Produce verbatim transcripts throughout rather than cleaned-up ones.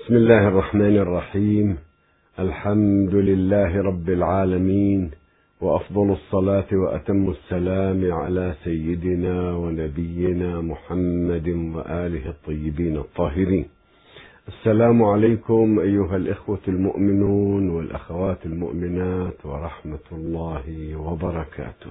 بسم الله الرحمن الرحيم. الحمد لله رب العالمين، وأفضل الصلاة وأتم السلام على سيدنا ونبينا محمد وآله الطيبين الطاهرين. السلام عليكم أيها الإخوة المؤمنون والأخوات المؤمنات ورحمة الله وبركاته.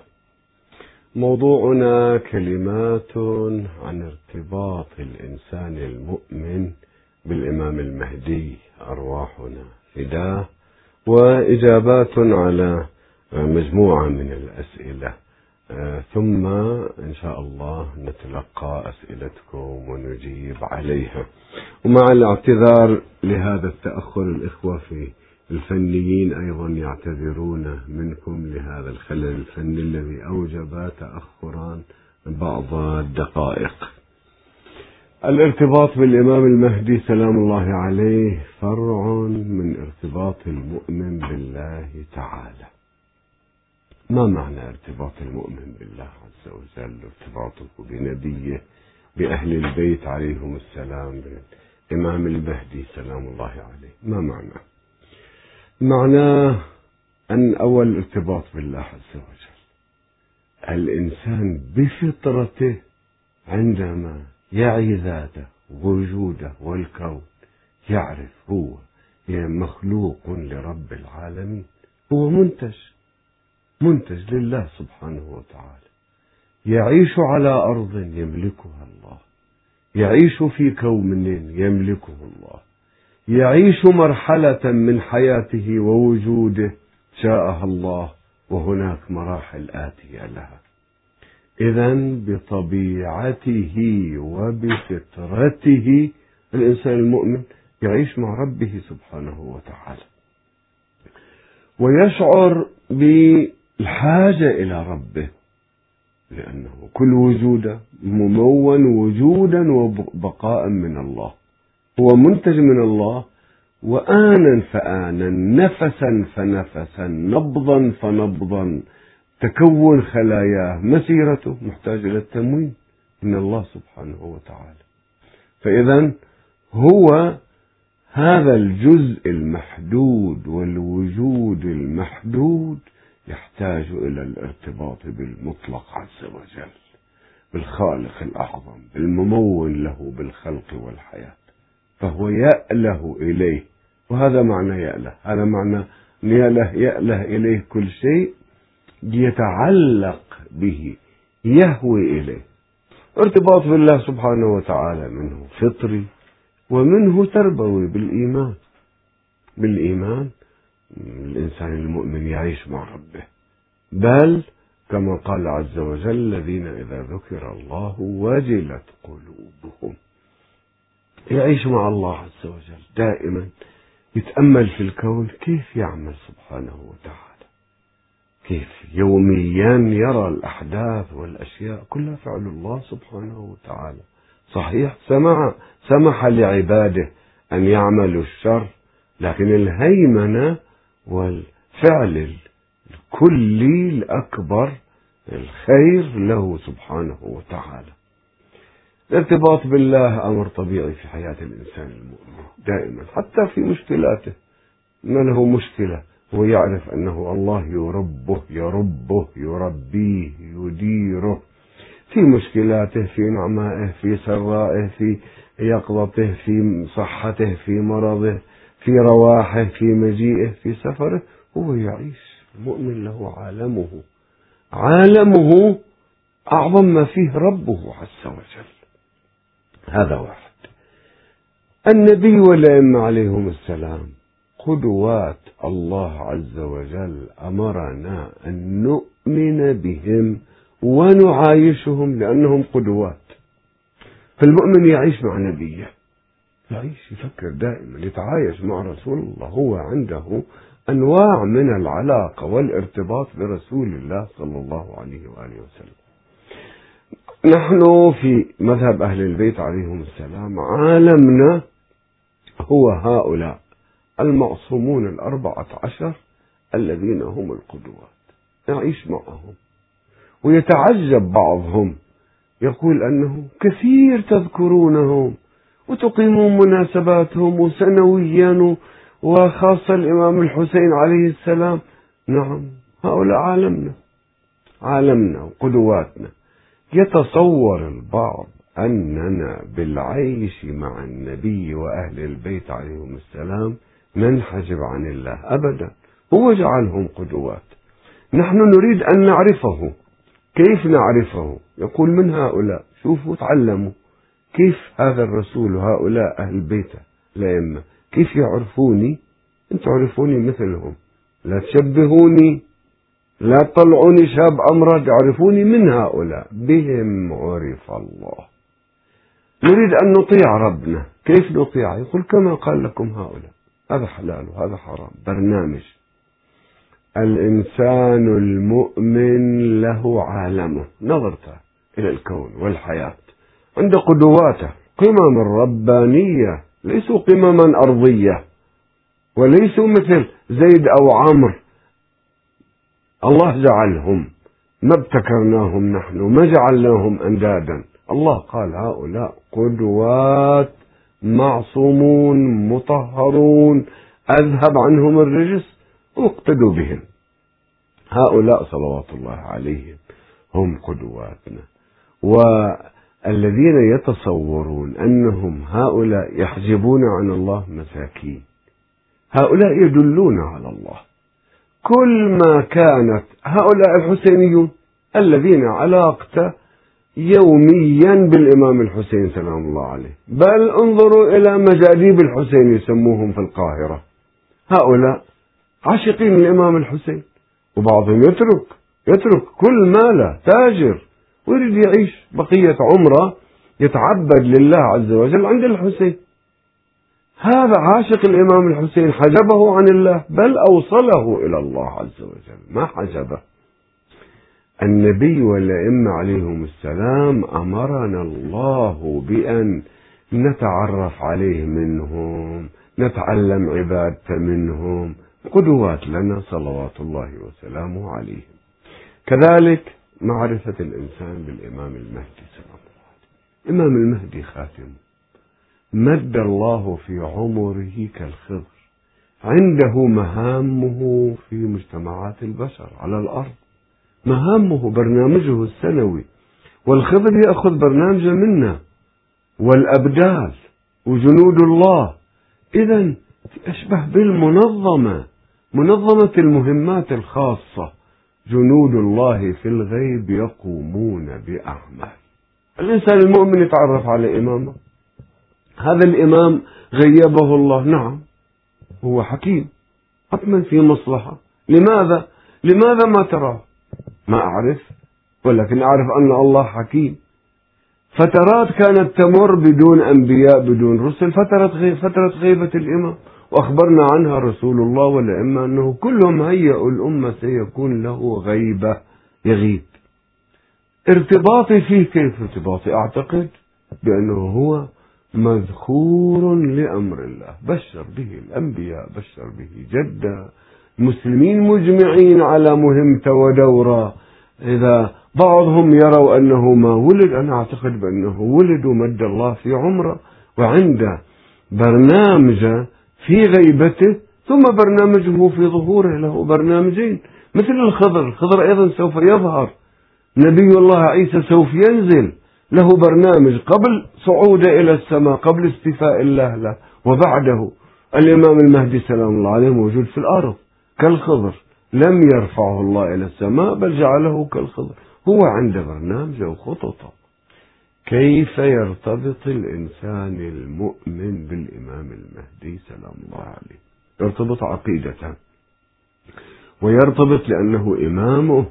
موضوعنا كلمات عن ارتباط الإنسان المؤمن بالإمام المهدي أرواحنا فداه، وإجابات على مجموعة من الأسئلة، ثم إن شاء الله نتلقى أسئلتكم ونجيب عليها. ومع الاعتذار لهذا التأخر، الإخوة في الفنيين أيضا يعتذرون منكم لهذا الخلل الفني الذي أوجب تأخرا بعض الدقائق. الارتباط بالإمام المهدي سلام الله عليه فرع من ارتباط المؤمن بالله تعالى. ما معنى ارتباط المؤمن بالله عز وجل؟ ارتباطه بنبيه، بأهل البيت عليهم السلام، بالإمام المهدي سلام الله عليه. ما معنى؟ معناه أن أول ارتباط بالله عز وجل، الإنسان بفطرته عندما يعي ذاته وجوده والكون يعرف هو مخلوق لرب العالمين، هو منتج منتج لله سبحانه وتعالى، يعيش على أرض يملكها الله، يعيش في كون يملكه الله، يعيش مرحلة من حياته ووجوده شاءها الله، وهناك مراحل آتية لها. إذن بطبيعته وبفطرته الإنسان المؤمن يعيش مع ربه سبحانه وتعالى، ويشعر بالحاجة إلى ربه، لأنه كل وجوده ممون وجودا وبقاء من الله، هو منتج من الله، وآنا فآنا، نفسا فنفسا، نبضا فنبضا، تكون خلاياه، مسيرته محتاج إلى التموين من الله سبحانه وتعالى. فإذا هو هذا الجزء المحدود والوجود المحدود يحتاج إلى الارتباط بالمطلق عز وجل، بالخالق الأعظم، بالممول له بالخلق والحياة، فهو يأله إليه. وهذا معنى يأله، هذا معنى يأله, يأله إليه كل شيء يتعلق به، يهوي إليه. ارتباط بالله سبحانه وتعالى منه فطري ومنه تربوي بالإيمان. بالإيمان الإنسان المؤمن يعيش مع ربه، بل كما قال عز وجل: الذين إذا ذكر الله وجلت قلوبهم. يعيش مع الله عز وجل دائما، يتأمل في الكون كيف يعمل سبحانه وتعالى، كيف يوميا يرى الأحداث والأشياء كلها فعل الله سبحانه وتعالى. صحيح سمح, سمح لعباده أن يعملوا الشر، لكن الهيمنة والفعل الكلي الأكبر الخير له سبحانه وتعالى. الارتباط بالله أمر طبيعي في حياة الإنسان المؤمن دائما، حتى في مشكلاته. ما له مشكلة هو يعرف أنه الله يربه يربه يربيه يديره في مشكلاته، في نعمائه، في سرائه، في يقظته، في صحته، في مرضه، في رواحه، في مجيئه، في سفره. هو يعيش، المؤمن له عالمه، عالمه أعظم ما فيه ربه عز وجل. هذا واحد. النبي والأئمة عليهم السلام قدوات الله عز وجل، أمرنا أن نؤمن بهم ونعايشهم لأنهم قدوات. فالمؤمن يعيش مع نبيه، يعيش يفكر دائما، يتعايش مع رسول الله، هو عنده أنواع من العلاقة والارتباط برسول الله صلى الله عليه وآله وسلم. نحن في مذهب أهل البيت عليهم السلام عالمنا هو هؤلاء المعصومون الأربعة عشر الذين هم القدوات، نعيش معهم. ويتعجب بعضهم، يقول أنه كثير تذكرونهم وتقيمون مناسباتهم وسنويا، وخاصة الإمام الحسين عليه السلام. نعم، هؤلاء عالمنا عالمنا وقدواتنا. يتصور البعض أننا بالعيش مع النبي وأهل البيت عليهم السلام ننحجب عن الله. أبدا، هو جعلهم قدوات، نحن نريد أن نعرفه. كيف نعرفه؟ يقول من هؤلاء، شوفوا تعلموا كيف هذا الرسول وهؤلاء أهل بيته الأئمة كيف يعرفوني. أنتم تعرفوني مثلهم، لا تشبهوني، لا تطلعوني شاب أمرد، يعرفوني من هؤلاء، بهم عرف الله. نريد أن نطيع ربنا. كيف نطيع؟ يقول كما قال لكم هؤلاء، هذا حلال وهذا حرام، برنامج. الإنسان المؤمن له عالمه، نظرته إلى الكون والحياة، عند قدواته قمم الربانية، ليسوا قمما أرضية، وليسوا مثل زيد أو عمرو. الله جعلهم، ما ابتكرناهم نحن، ما جعلناهم أندادا. الله قال هؤلاء قدوات معصومون مطهرون، أذهب عنهم الرجس واقتدوا بهم. هؤلاء صلوات الله عليهم هم قدواتنا. والذين يتصورون أنهم هؤلاء يحجبون عن الله مساكين، هؤلاء يدلون على الله. كل ما كانت هؤلاء الحسينيون الذين علاقته يوميا بالإمام الحسين سلام الله عليه، بل انظروا إلى مجاديب الحسين يسموهم في القاهرة، هؤلاء عاشقين الإمام الحسين، وبعضهم يترك يترك كل ماله، تاجر، ويريد يعيش بقية عمره يتعبد لله عز وجل عند الحسين. هذا عاشق الإمام الحسين حجبه عن الله، بل أوصله إلى الله عز وجل، ما حجبه. النبي والأئمة عليهم السلام أمرنا الله بأن نتعرف عليه منهم، نتعلم عبادته منهم، قدوات لنا صلوات الله وسلامه عليهم. كذلك معرفة الإنسان بالإمام المهدي سلام الله عليه. الإمام المهدي خاتم، مد الله في عمره كالخضر، عنده مهامه في مجتمعات البشر على الأرض، مهامه برنامجه السنوي، والخضر يأخذ برنامجه منا، والأبدال وجنود الله. إذن أشبه بالمنظمة، منظمة المهمات الخاصة، جنود الله في الغيب يقومون بأعمال. الإنسان المؤمن يتعرف على إمامه، هذا الإمام غيبه الله، نعم هو حكيم، حتما في مصلحة. لماذا؟ لماذا ما تراه؟ ما أعرف، ولكن أعرف أن الله حكيم. فترات كانت تمر بدون أنبياء بدون رسل، فترة غيب فترة غيبة الإمام، وأخبرنا عنها رسول الله والأئمة أنه كلهم هيئوا الأمة سيكون له غيبة، يغيب. ارتباطي فيه كيف ارتباطي؟ أعتقد بأنه هو مذكور لأمر الله، بشر به الأنبياء، بشر به جدا، مسلمين مجمعين على مهمته ودوره. إذا بعضهم يروا أنه ما ولد، أنا أعتقد بأنه ولد ومد الله في عمره، وعنده برنامجه في غيبته، ثم برنامجه في ظهوره، له برنامجين مثل الخضر. الخضر أيضا سوف يظهر، نبي الله عيسى سوف ينزل، له برنامج قبل صعوده إلى السماء، قبل استيفاء الله له، وبعده الإمام المهدي سلام الله عليه موجود في الأرض كالخضر، لم يرفعه الله إلى السماء بل جعله كالخضر، هو عنده برنامجه وخططه. كيف يرتبط الإنسان المؤمن بالإمام المهدي سلام الله عليه؟ يرتبط عقيدته، ويرتبط لأنه إمامه،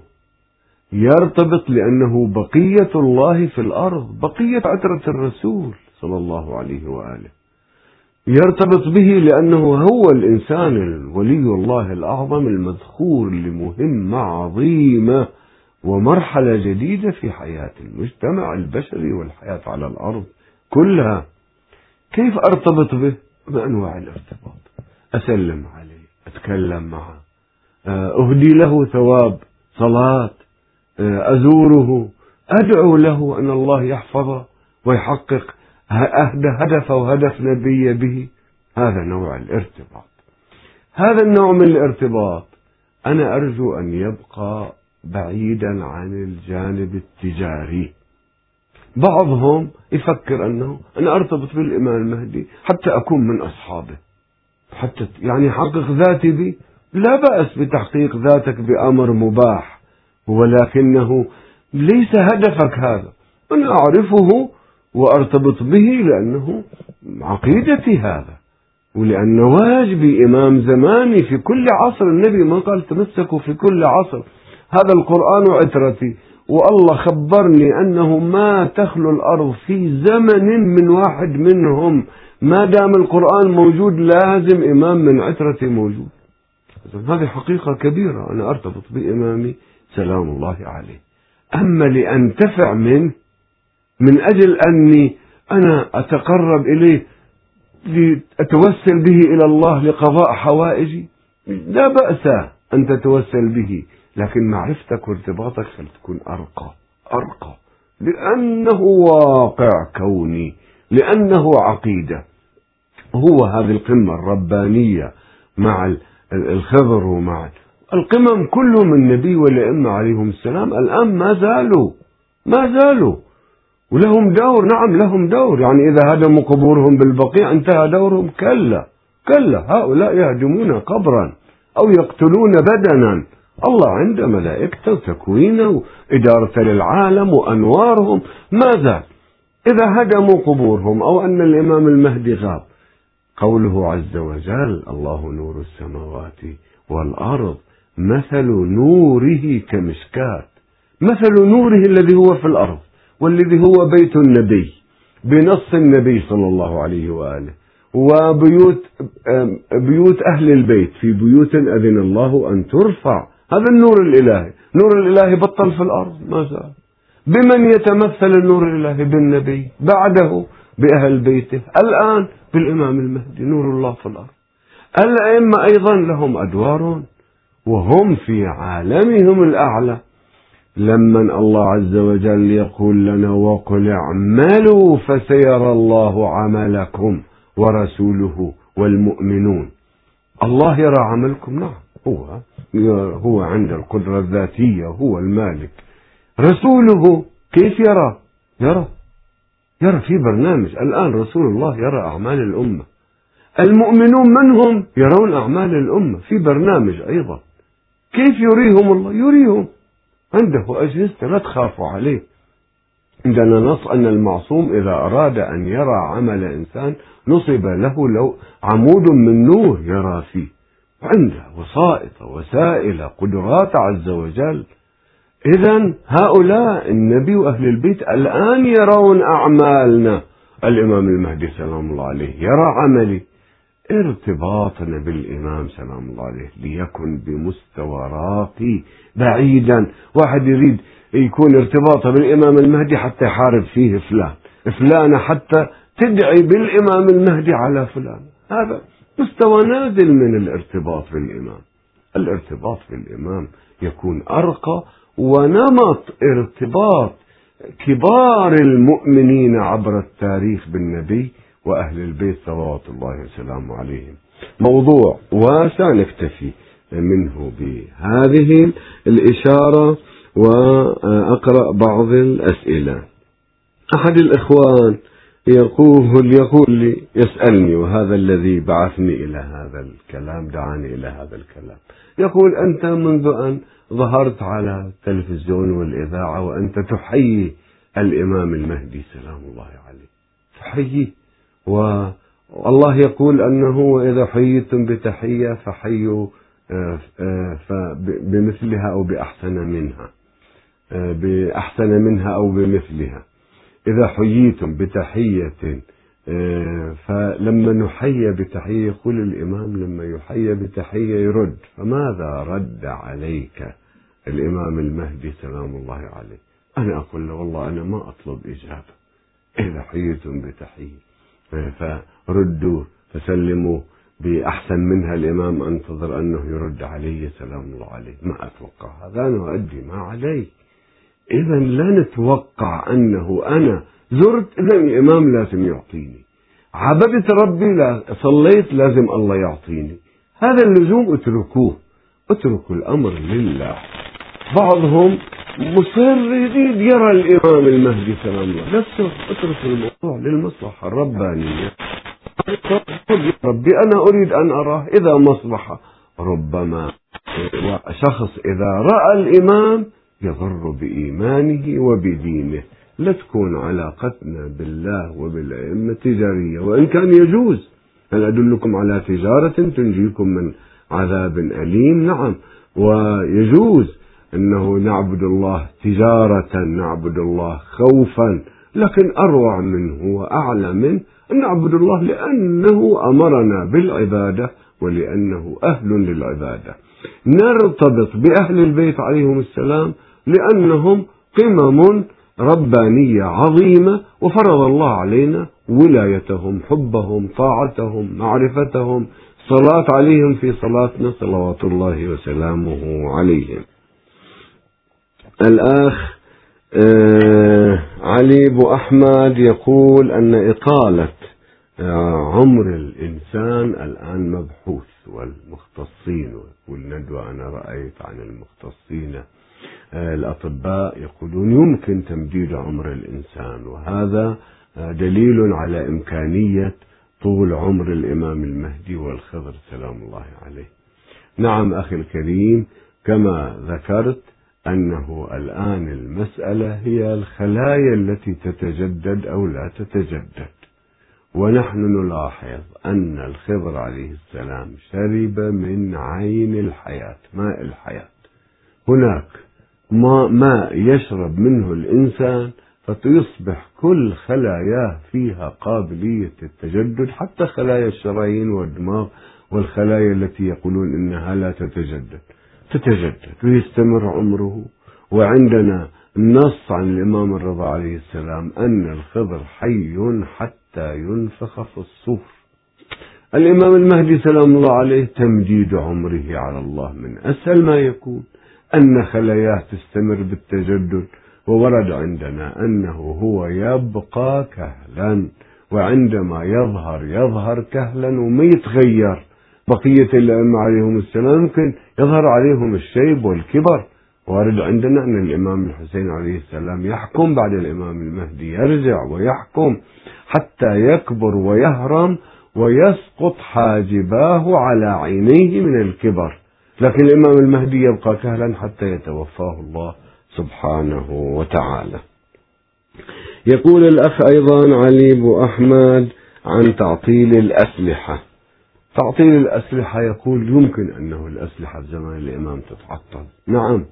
يرتبط لأنه بقية الله في الأرض، بقية عترة الرسول صلى الله عليه وآله. يرتبط به لأنه هو الإنسان الولي الله الأعظم المذخور لمهمة عظيمة ومرحلة جديدة في حياة المجتمع البشري والحياة على الأرض كلها. كيف أرتبط به؟ بأنواع الارتباط، أسلم عليه، أتكلم معه، أهدي له ثواب صلاة، أزوره، أدعو له أن الله يحفظه ويحقق أهدى هدف وهدف نبي به، هذا نوع الارتباط. هذا النوع من الارتباط أنا أرجو أن يبقى بعيدا عن الجانب التجاري. بعضهم يفكر أنه أنا أرتبط بالإمام المهدي حتى أكون من أصحابه، حتى يعني حقق ذاتي به. لا بأس بتحقيق ذاتك بأمر مباح، ولكنه ليس هدفك هذا. أنا أعرفه وأرتبط به لأنه عقيدتي هذا، ولأن واجبي إمام زماني في كل عصر. النبي ما قال تمسكوا في كل عصر، هذا القرآن عترتي، والله خبرني أنه ما تخلو الأرض في زمن من واحد منهم، ما دام القرآن موجود لازم إمام من عترتي موجود. هذه حقيقة كبيرة، أنا أرتبط بإمامي سلام الله عليه. أما لأنتفع منه من أجل أني أنا أتقرب إليه لأتوسل به إلى الله لقضاء حوائجي، لا بأس أن تتوسل به، لكن معرفتك وارتباطك فلتكون أرقى أرقى، لأنه واقع كوني، لأنه عقيدة. هو هذه القمة الربانية مع الخضر ومع القمم كلهم النبي والأئمة عليهم السلام الآن ما زالوا ما زالوا ولهم دور. نعم لهم دور، يعني إذا هدموا قبورهم بالبقيع انتهى دورهم؟ كلا كلا، هؤلاء يهدمون قبرا أو يقتلون بدنا، الله عنده ملائكته وتكوينه وإدارة للعالم وأنوارهم ما زال. إذا هدموا قبورهم أو أن الإمام المهدي غاب، قوله عز وجل الله نور السماوات والأرض مثل نوره كمشكاة، مثل نوره الذي هو في الأرض والذي هو بيت النبي بنص النبي صلى الله عليه وآله، وبيوت بيوت أهل البيت في بيوت أذن الله أن ترفع، هذا النور الإلهي. نور الإلهي بطل في الأرض ما زال. بمن يتمثل النور الإلهي؟ بالنبي، بعده بأهل بيته، الآن بالإمام المهدي نور الله في الأرض. الأئمة أيضا لهم أدوار وهم في عالمهم الأعلى. لمن الله عز وجل يقول لنا وقل اعملوا فسيرى الله عملكم ورسوله والمؤمنون. الله يرى عملكم، نعم هو هو عند القدرة الذاتية، هو المالك. رسوله كيف يرى؟ يرى يرى في برنامج. الآن رسول الله يرى أعمال الأمة. المؤمنون من هم؟ يرون أعمال الأمة في برنامج أيضا. كيف يريهم الله؟ يريهم عنده أجهزة، لا تخافوا عليه. عندنا نص أن المعصوم إذا أراد أن يرى عمل إنسان نصب له لو عمود من نور يرى فيه، عنده وسائط وسائل قدرات عز وجل. إذن هؤلاء النبي وأهل البيت الآن يرون أعمالنا. الإمام المهدي سلام الله عليه يرى عملي. ارتباطنا بالإمام سلام الله عليه ليكن بمستوى راقي بعيدا. واحد يريد يكون ارتباطه بالإمام المهدي حتى يحارب فيه فلان فلان، حتى تدعي بالإمام المهدي على فلان، هذا مستوى نازل من الارتباط بالإمام. الارتباط بالإمام يكون أرقى، ونمط ارتباط كبار المؤمنين عبر التاريخ بالنبي وأهل البيت صلوات الله وسلامه عليهم. موضوع واسع نكتفي منه بهذه الإشارة وأقرأ بعض الأسئلة. أحد الإخوان يقول يقول لي يسألني، وهذا الذي بعثني إلى هذا الكلام دعاني إلى هذا الكلام، يقول أنت منذ أن ظهرت على التلفزيون والإذاعة وأنت تحيي الإمام المهدي سلام الله عليه، تحييه، والله يقول أنه وإذا حييتم بتحية فحيوا بمثلها أو بأحسن منها، بأحسن منها أو بمثلها. إذا حييتم بتحية، فلما نحيي بتحية يقول الإمام لما يحيي بتحية يرد، فماذا رد عليك الإمام المهدي سلام الله عليه؟ أنا أقول له والله أنا ما أطلب إجابة. إذا حييتم بتحية فردوا فسلموا بأحسن منها، الإمام أنتظر أنه يرد علي سلام الله عليه، ما أتوقع هذا، أنا أؤدي ما علي. إذا لا نتوقع أنه أنا زرت إذا الإمام لازم يعطيني، عبدت ربي لا صليت لازم الله يعطيني. هذا اللزوم اتركوه، اتركوا الأمر لله. بعضهم مصر يريد يرى الإمام المهدي سلام الله، لا اترك الموضوع للمصلحة الربانية. ربي أنا أريد أن أراه إذا مصلحة. ربما شخص إذا رأى الإمام يضر بإيمانه وبدينه. لا تكون علاقتنا بالله وبالأئمة تجارية، وإن كان يجوز. هل أدلكم على تجارة تنجيكم من عذاب أليم؟ نعم، ويجوز أنه نعبد الله تجارة، نعبد الله خوفا، لكن أروع منه وأعلى منه أن نعبد الله لأنه أمرنا بالعبادة ولأنه أهل للعبادة. نرتبط بأهل البيت عليهم السلام لأنهم قمم ربانية عظيمة، وفرض الله علينا ولايتهم، حبهم، طاعتهم، معرفتهم، صلاة عليهم في صلاتنا صلوات الله وسلامه عليهم. الأخ آه علي بو أحمد يقول أن إطالة آه عمر الإنسان الآن مبحوث، والمختصين والندوة أنا رأيت عن المختصين آه الأطباء يقولون يمكن تمديد عمر الإنسان، وهذا آه دليل على إمكانية طول عمر الإمام المهدي والخضر سلام الله عليه. نعم أخي الكريم، كما ذكرت أنه الآن المسألة هي الخلايا التي تتجدد أو لا تتجدد، ونحن نلاحظ أن الخضر عليه السلام شرب من عين الحياة، ماء الحياة. هناك ماء يشرب منه الإنسان فتصبح كل خلاياه فيها قابلية التجدد، حتى خلايا الشرايين والدماغ والخلايا التي يقولون إنها لا تتجدد تتجدد ويستمر عمره. وعندنا نص عن الإمام الرضا عليه السلام أن الخضر حي حتى ينفخ في الصور. الإمام المهدي سلام الله عليه تمديد عمره على الله من أسهل ما يكون، أن خلاياه تستمر بالتجدد. وورد عندنا أنه هو يبقى كهلا، وعندما يظهر يظهر كهلا وما يتغير. بقية الأئمة عليهم السلام يمكن يظهر عليهم الشيب والكبر. وارد عندنا أن الإمام الحسين عليه السلام يحكم بعد الإمام المهدي، يرجع ويحكم حتى يكبر ويهرم ويسقط حاجباه على عينيه من الكبر، لكن الإمام المهدي يبقى كهلا حتى يتوفاه الله سبحانه وتعالى. يقول الأخ أيضا علي بو أحمد عن تعطيل الأسلحة. تعطيل الأسلحة يقول يمكن أنه الأسلحة في زمان الإمام تتعطل. نعم،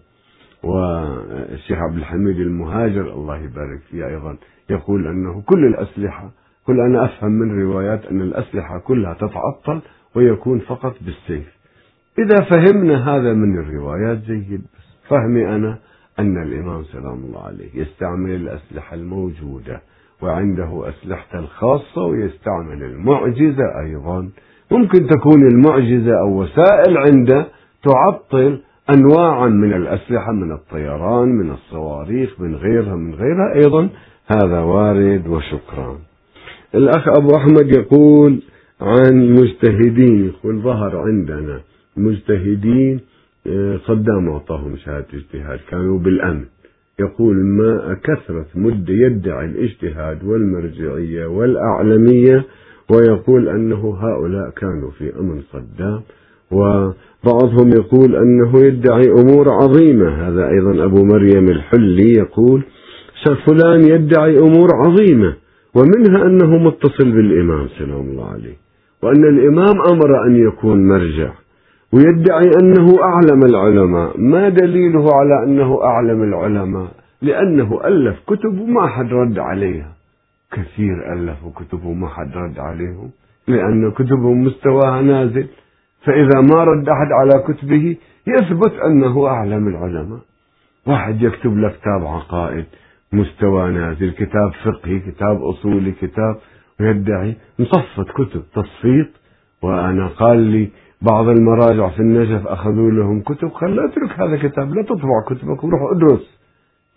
والشيخ عبد الحميد المهاجر الله يبارك فيه أيضا يقول أنه كل الأسلحة، كل أنا أفهم من روايات أن الأسلحة كلها تتعطل ويكون فقط بالسيف. إذا فهمنا هذا من الروايات جيد، بس فهمي أنا أن الإمام سلام الله عليه يستعمل الأسلحة الموجودة، وعنده أسلحته الخاصة، ويستعمل المعجزة أيضا. ممكن تكون المعجزة أو وسائل عنده تعطل أنواعا من الأسلحة، من الطيران، من الصواريخ، من غيرها من غيرها أيضا، هذا وارد وشكرا. الأخ أبو أحمد يقول عن مجتهدين، يقول ظهر عندنا مجتهدين صدام أعطاهم شهادة اجتهاد كانوا بالأمن. يقول ما كثرة مدة يدعي الاجتهاد والمرجعية والأعلمية، ويقول أنه هؤلاء كانوا في أمن صدام. وبعضهم يقول أنه يدعي أمور عظيمة. هذا أيضا أبو مريم الحلي يقول فلان يدعي أمور عظيمة، ومنها أنه متصل بالإمام سلام الله عليه، وأن الإمام أمر أن يكون مرجع، ويدعي أنه أعلم العلماء. ما دليله على أنه أعلم العلماء؟ لأنه ألف كتب وما حد رد عليها. كثير ألفوا كتب وما حد رد عليهم، لأن كتبهم مستواها نازل، فإذا ما رد أحد على كتبه يثبت أنه أعلم العلماء. واحد يكتب لك كتاب عقائد مستوى نازل، كتاب فقهي، كتاب أصولي، كتاب، ويدعي مصفت كتب تصفيط. وأنا قال لي بعض المراجع في النجف أخذوا لهم كتب، قال لا اترك هذا كتاب، لا تطبع كتبك وروح ادرس.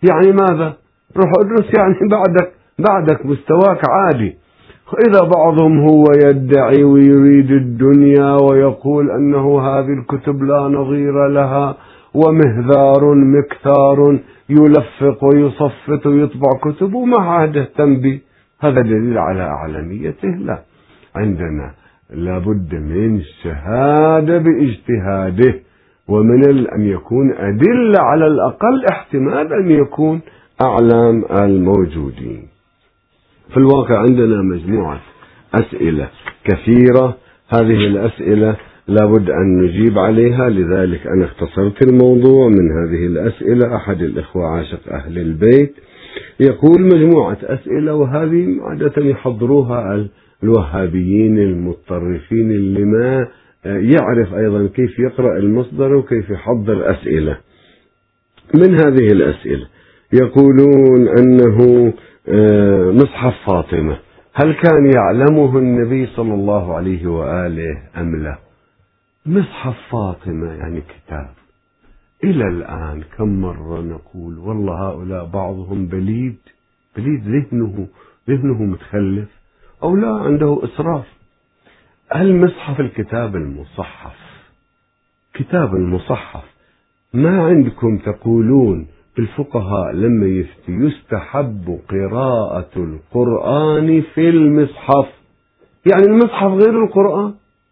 يعني ماذا؟ روح ادرس يعني بعدك بعدك مستواك عادي. إذا بعضهم هو يدعي ويريد الدنيا ويقول أنه هذه الكتب لا نظير لها ومهذار مكثار يلفق ويصفت ويطبع كتب وما عاد يهتم به، هذا دليل على أعلميته؟ لا، عندنا لابد من الشهادة باجتهاده، ومن أن يكون أدلة على الأقل احتمال أن يكون أعلام الموجودين. في الواقع عندنا مجموعة أسئلة كثيرة، هذه الأسئلة لابد أن نجيب عليها، لذلك أنا اختصرت الموضوع من هذه الأسئلة. أحد الإخوة عاشق أهل البيت يقول مجموعة أسئلة، وهذه عادة يحضروها الوهابيين المتطرفين اللي ما يعرف أيضا كيف يقرأ المصدر وكيف يحضر أسئلة. من هذه الأسئلة يقولون أنه مصحف فاطمة هل كان يعلمه النبي صلى الله عليه وآله أم لا؟ مصحف فاطمة يعني كتاب، إلى الآن كم مرة نقول والله هؤلاء بعضهم بليد بليد ذهنه ذهنه متخلف أو لا عنده إسراف. المصحف الكتاب المصحف، كتاب المصحف، ما عندكم تقولون الفقهاء لما يفتي يستحب قراءة القرآن في المصحف، يعني المصحف غير القرآن.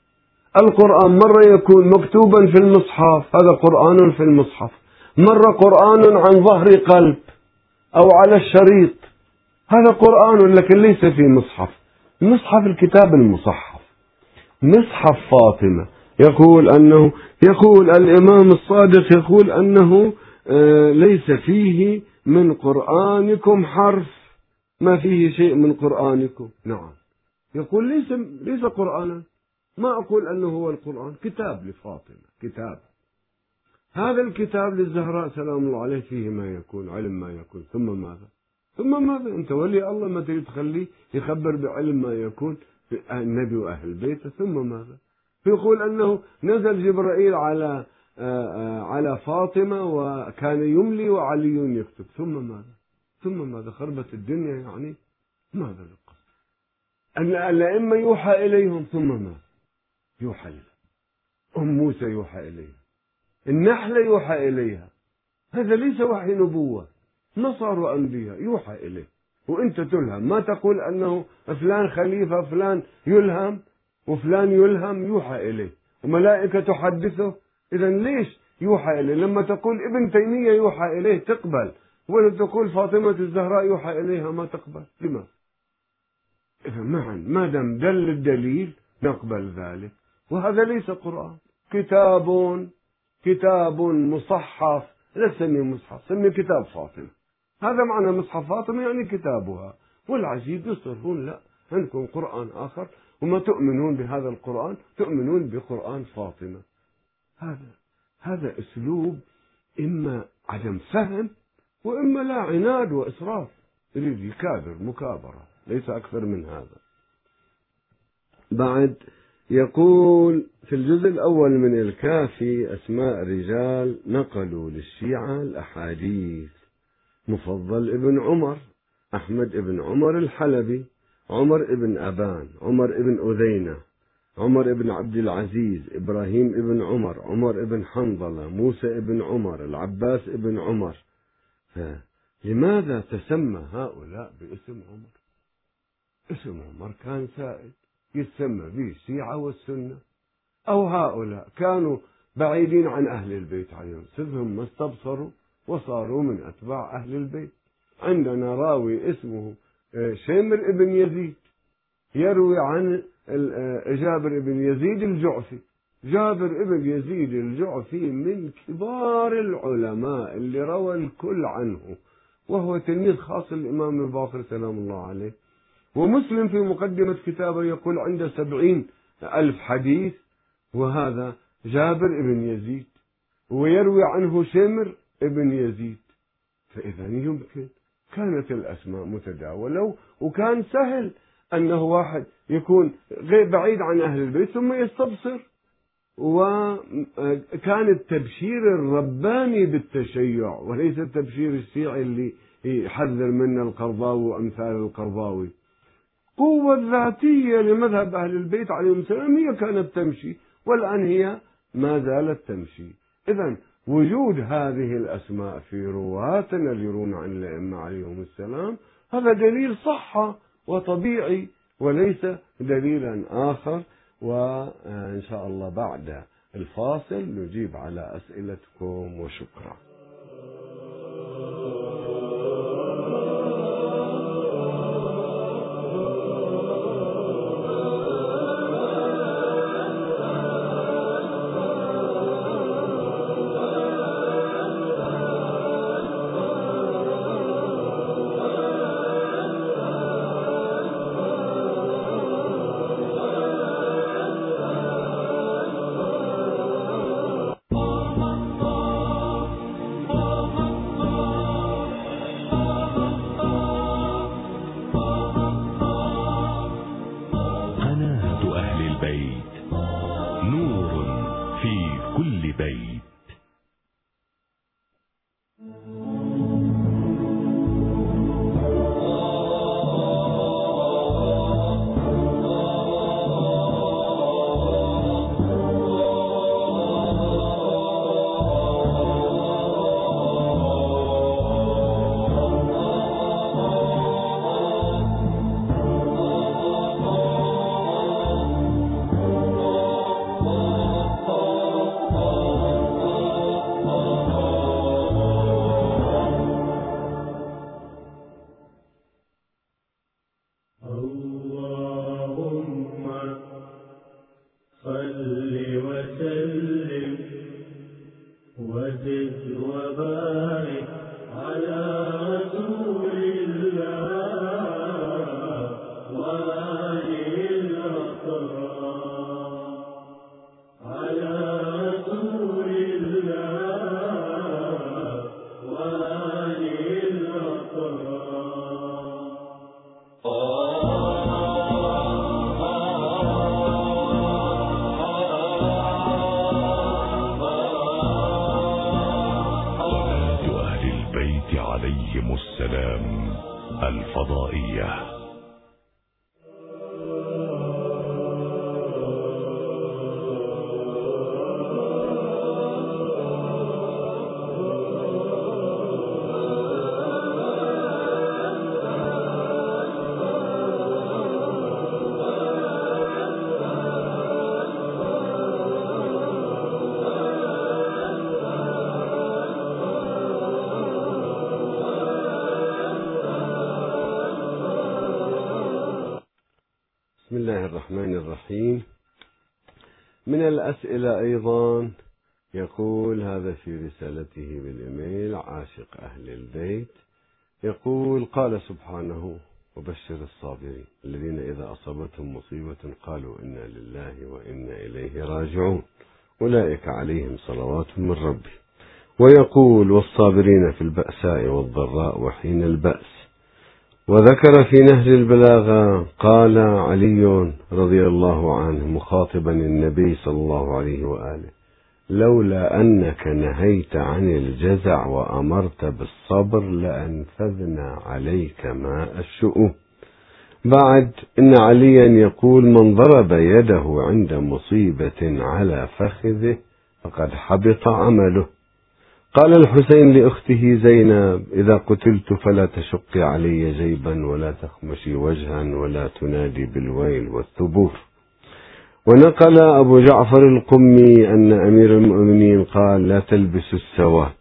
القرآن مرة يكون مكتوبا في المصحف، هذا قرآن في المصحف، مرة قرآن عن ظهر قلب أو على الشريط، هذا قرآن لكن ليس في مصحف. المصحف الكتاب المصحف. مصحف فاطمة يقول أنه يقول الإمام الصادق يقول أنه آه ليس فيه من قرآنكم حرف، ما فيه شيء من قرآنكم. نعم، يقول ليس ليس قرآنا، ما أقول أنه هو القرآن، كتاب لفاطمة، كتاب. هذا الكتاب للزهراء سلام الله عليه فيه ما يكون، علم ما يكون، ثم ماذا؟ ثم ماذا؟ أنت ولي الله ما تريد تخليه يخبر بعلم ما يكون في النبي وأهل بيته، ثم ماذا؟ يقول أنه نزل جبرائيل على على فاطمة وكان يملي وعلي يكتب، ثم ماذا؟ ثم ماذا؟ خربت الدنيا يعني؟ ماذا القصد؟ أن الأئمة يوحى إليهم، ثم ماذا؟ يوحى إليها أم موسى، يوحى إليها النحلة، يوحى إليها. هذا ليس وحي نبوة، ما صاروا أنبياء، يوحى إليه وأنت تلهم. ما تقول أنه فلان خليفة، فلان يلهم وفلان يلهم، يوحى إليه وملائكة تحدثه. إذا ليش يوحى إليه؟ لما تقول ابن تيمية يوحى إليه تقبل، ولا تقول فاطمة الزهراء يوحى إليها ما تقبل؟ لماذا؟ إذا معا ما دام دل الدليل نقبل ذلك. وهذا ليس قرآن، كتاب كتاب مصحف، لا تسميه مصحف، سميه كتاب فاطمة. هذا معنى مصحف فاطمة يعني كتابها. والعجيب يصرون لا، عندكم قرآن آخر وما تؤمنون بهذا القرآن، تؤمنون بقرآن فاطمة. هذا هذا أسلوب إما عدم فهم وإما لا، عناد وإسراف، يريد يكابر مكابرة، ليس أكثر من هذا. بعد يقول في الجزء الأول من الكافي أسماء رجال نقلوا للشيعة الأحاديث: مفضل ابن عمر، أحمد ابن عمر الحلبي، عمر ابن أبان، عمر ابن أذينة، عمر ابن عبد العزيز، إبراهيم ابن عمر، عمر ابن حنظلة، موسى ابن عمر، العباس ابن عمر. لماذا تسمى هؤلاء باسم عمر؟ اسم عمر كان سائد يسمى به الشيعة والسنة، أو هؤلاء كانوا بعيدين عن أهل البيت عليهم سرهم، ما استبصروا وصاروا من أتباع أهل البيت. عندنا راوي اسمه شمر ابن يزيد يروي عن جابر ابن يزيد الجعفي. جابر ابن يزيد الجعفي من كبار العلماء اللي روى الكل عنه، وهو تلميذ خاص الإمام الباقر سلام الله عليه. ومسلم في مقدمة كتابه يقول عنده سبعين ألف حديث، وهذا جابر ابن يزيد، ويروي عنه شمر ابن يزيد. فإذا يمكن كانت الأسماء متداولة، وكان سهل أنه واحد يكون غير بعيد عن أهل البيت ثم يستبصر وكان التبشير الرباني بالتشيع وليس التبشير الشيعي اللي يحذر منه القرضاوي وأمثال القرضاوي. قوة ذاتية لمذهب أهل البيت عليهم السلام هي كانت تمشي، والآن هي ما زالت تمشي. إذن وجود هذه الأسماء في رواتنا اللي يرون عن الأئمة عليهم السلام هذا دليل صحة وطبيعي وليس دليلا آخر. وإن شاء الله بعد الفاصل نجيب على أسئلتكم، وشكرا. عليهم السلام الفضائية. بسم الله الرحمن الرحيم. من الأسئلة أيضا يقول هذا في رسالته بالإيميل عاشق أهل البيت، يقول: قال سبحانه: وبشر الصابرين الذين إذا أصابتهم مصيبة قالوا إنا لله وإنا إليه راجعون أولئك عليهم صلوات من ربهم. ويقول: والصابرين في البأساء والضراء وحين البأس. وذكر في نهج البلاغة قال علي رضي الله عنه مخاطبا النبي صلى الله عليه وآله: لولا أنك نهيت عن الجزع وأمرت بالصبر لأنفذنا عليك ماء الشؤم. بعد إن عليا يقول: من ضرب يده عند مصيبة على فخذه فقد حبط عمله. قال الحسين لأخته زينب: إذا قتلت فلا تشقي علي جيبا ولا تخمشي وجها ولا تنادي بالويل والثبور. ونقل أبو جعفر القمي أن أمير المؤمنين قال: لا تلبسوا السواد.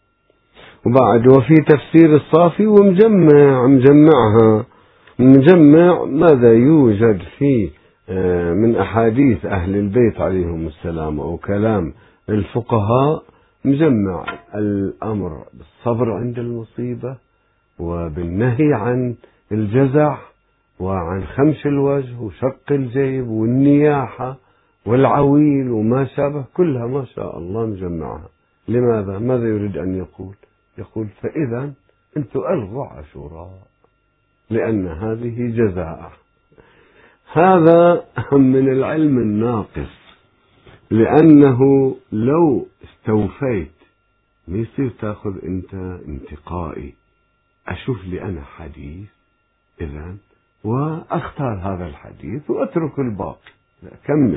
وبعد وفي تفسير الصافي ومجمع مجمعها مجمع ماذا يوجد فيه من أحاديث أهل البيت عليهم السلام أو كلام الفقهاء، مجمع الأمر بالصبر عند المصيبة وبالنهي عن الجزع وعن خمش الوجه وشق الجيب والنياحة والعويل وما شابه، كلها ما شاء الله مجمعها. لماذا؟ ماذا يريد أن يقول؟ يقول: فإذا أنتم ألغوا عاشوراء لأن هذه جزاء. هذا من العلم الناقص لأنه لو استوفيت ما يصير تأخذ أنت انتقائي، أشوف لي أنا حديث إذن وأختار هذا الحديث وأترك الباقي. لا، كمل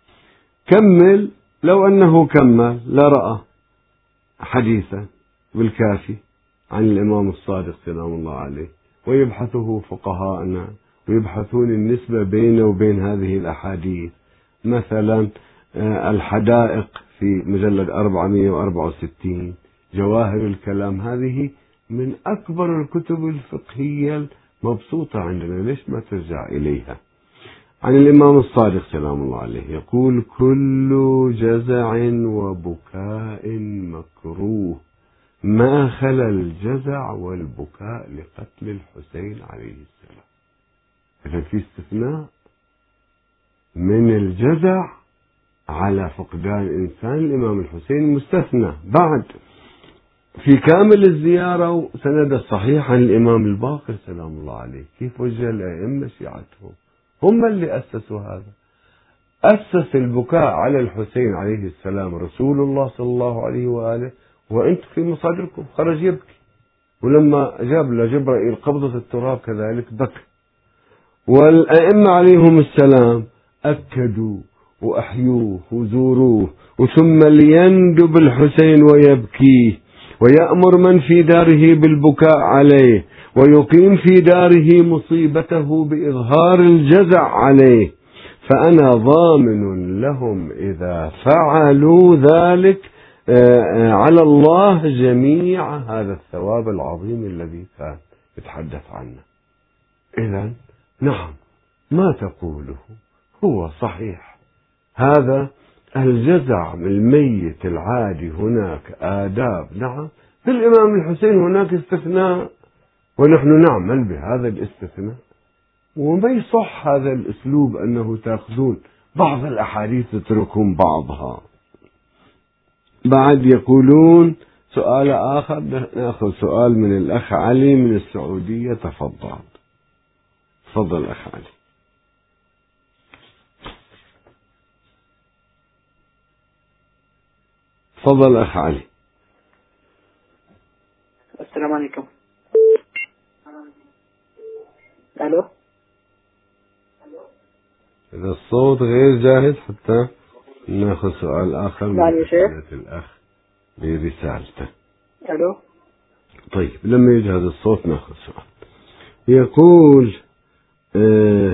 كمل. لو أنه كمل لرأى حديثا بالكافي عن الإمام الصادق سلام الله عليه، ويبحثه فقهاءنا ويبحثون النسبة بينه وبين هذه الأحاديث. مثلا الحدائق في مجلد أربعمائة وأربعة وستين، جواهر الكلام، هذه من أكبر الكتب الفقهية المبسوطة عندنا، ليش ما ترجع إليها؟ عن الإمام الصادق سلام الله عليه يقول: كل جزع وبكاء مكروه ما خلا الجزع والبكاء لقتل الحسين عليه السلام. إذا في استثناء من الجزع على فقدان إنسان الإمام الحسين، مستثنى بعد في كامل الزيارة وسند الصحيح عن الإمام الباقر سلام الله عليه. كيف وجه الأئمة شيعتهم؟ هم اللي أسسوا هذا. أسس البكاء على الحسين عليه السلام رسول الله صلى الله عليه وآله، وأنتم في مصادركم خرج يبكي، ولما جاب لجبرائيل قبضة التراب كذلك بكى. والأئمة عليهم السلام أكدوا وأحيوه وزوروه، وثم ليندب الحسين ويبكيه ويأمر من في داره بالبكاء عليه، ويقيم في داره مصيبته بإظهار الجزع عليه. فأنا ضامن لهم إذا فعلوا ذلك على الله جميع هذا الثواب العظيم الذي كان يتحدث عنه. إذن نعم، ما تقوله هو صحيح. هذا الجزع من الميت العادي هناك آداب، نعم. في الإمام الحسين هناك استثناء، ونحن نعمل بهذا الاستثناء. وما يصح هذا الأسلوب أنه تأخذون بعض الأحاديث تتركون بعضها. بعد يقولون سؤال آخر، نأخذ سؤال من الأخ علي من السعودية. تفضل تفضل أخ علي. تفضل أخ علي. السلام عليكم. ألو. إذا الصوت غير جاهز حتى نأخذ سؤال آخر من أسئلة الأخ برسالته. ألو. طيب لما يجهز الصوت نأخذ سؤال. يقول آه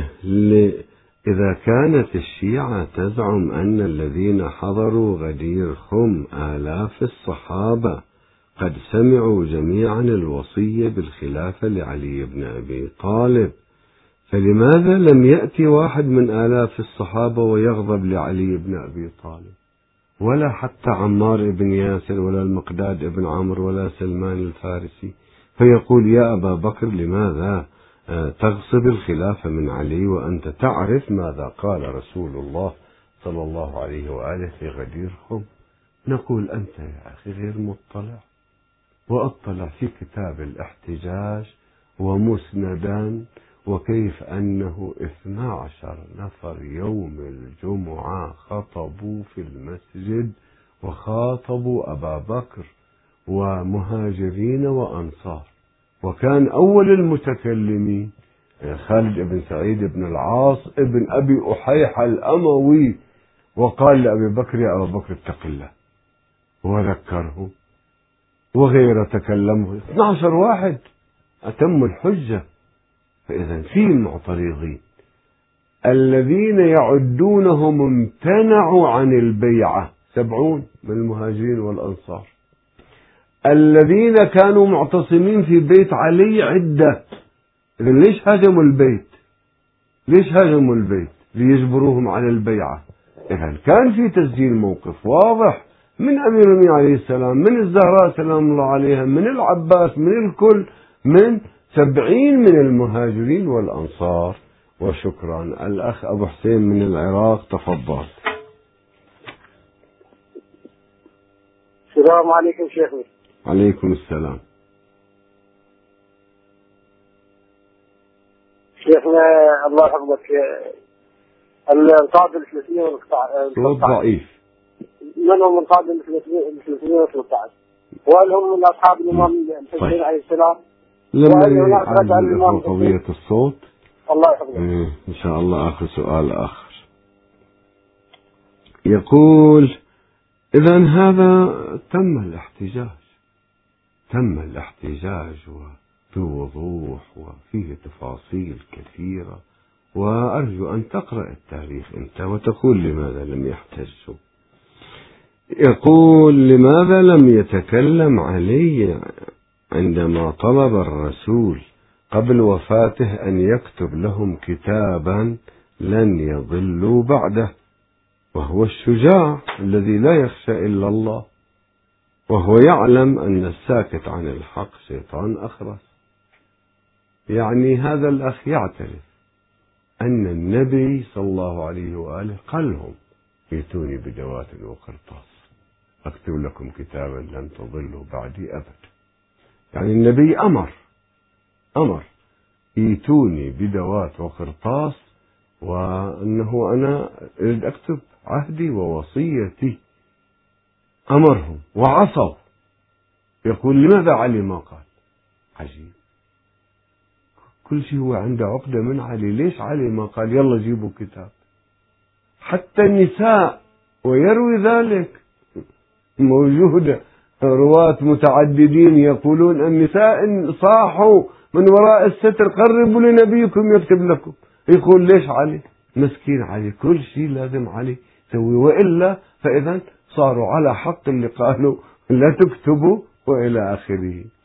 إذا كانت الشيعة تزعم أن الذين حضروا غدير خم آلاف الصحابة قد سمعوا جميعا الوصية بالخلافة لعلي بن أبي طالب، فلماذا لم يأتي واحد من آلاف الصحابة ويغضب لعلي بن أبي طالب، ولا حتى عمار بن ياسر ولا المقداد بن عمرو ولا سلمان الفارسي، فيقول يا أبا بكر لماذا تغصب الخلافة من علي وأنت تعرف ماذا قال رسول الله صلى الله عليه وآله في غدير خم؟ نقول أنت يا أخي غير مطلع، وأطلع في كتاب الاحتجاج ومسندا وكيف أنه اثنا عشر نفر يوم الجمعة خطبوا في المسجد وخاطبوا أبا بكر ومهاجرين وأنصار، وكان أول المتكلمين خالد بن سعيد بن العاص ابن أبي أحيح الأموي، وقال لأبي بكر يا أبا بكر اتق الله وذكره، وغير تكلمه اثنا عشر واحد أتم الحجة. فإذا في المعترضين الذين يعدونهم امتنعوا عن البيعة سبعون من المهاجرين والأنصار، الذين كانوا معتصمين في بيت علي عدة. إذا ليش هاجموا البيت؟ ليش هاجموا البيت؟ ليجبروهم على البيعة. إذا كان في تسجيل موقف واضح من أمير المؤمنين عليه السلام، من الزهراء سلام الله عليها، من العباس، من الكل، من سبعين من المهاجرين والأنصار. وشكرا. الأخ أبو حسين من العراق تفضل. السلام عليكم شيخنا. عليكم السلام. شيخنا الله يحفظك، القاعدة الثلاثية والقطاع صوت ضعيف. من هم من قادة المسلمين وثلاثة عشر؟ وهل هم من أصحاب الإمام الحسين عليه السلام؟ لما يعلم قضية الصوت الله يحفظك. إن شاء الله آخر سؤال آخر. يقول إذا هذا تم الاحتجاج، تم الاحتجاج بوضوح وفيه تفاصيل كثيرة، وأرجو أن تقرأ التاريخ أنت وتقول لماذا لم يحتجوا. يقول لماذا لم يتكلم علي عندما طلب الرسول قبل وفاته أن يكتب لهم كتابا لن يضلوا بعده، وهو الشجاع الذي لا يخشى إلا الله، وهو يعلم أن الساكت عن الحق شيطان أخرس. يعني هذا الأخ يعترف أن النبي صلى الله عليه وآله قال لهم ائتوني بدوات وقرطاس أكتب لكم كتابا لن تضلوا بعدي أبدا. يعني النبي أمر أمر ائتوني بدوات وقرطاس، وأنه أنا أريد أكتب عهدي ووصيتي. أمرهم وعصوا. يقول لماذا علي ما قال؟ عجيب، كل شيء هو عنده عقدة من علي، ليش علي ما قال يلا جيبوا كتاب؟ حتى النساء ويروي ذلك موجودة رواة متعددين يقولون النساء صاحوا من وراء الستر قربوا لنبيكم يكتب لكم. يقول ليش علي؟ مسكين علي، كل شيء لازم علي يسوي، وإلا فإذا صاروا على حق اللي قالوا لا تكتبوا وإلى آخره.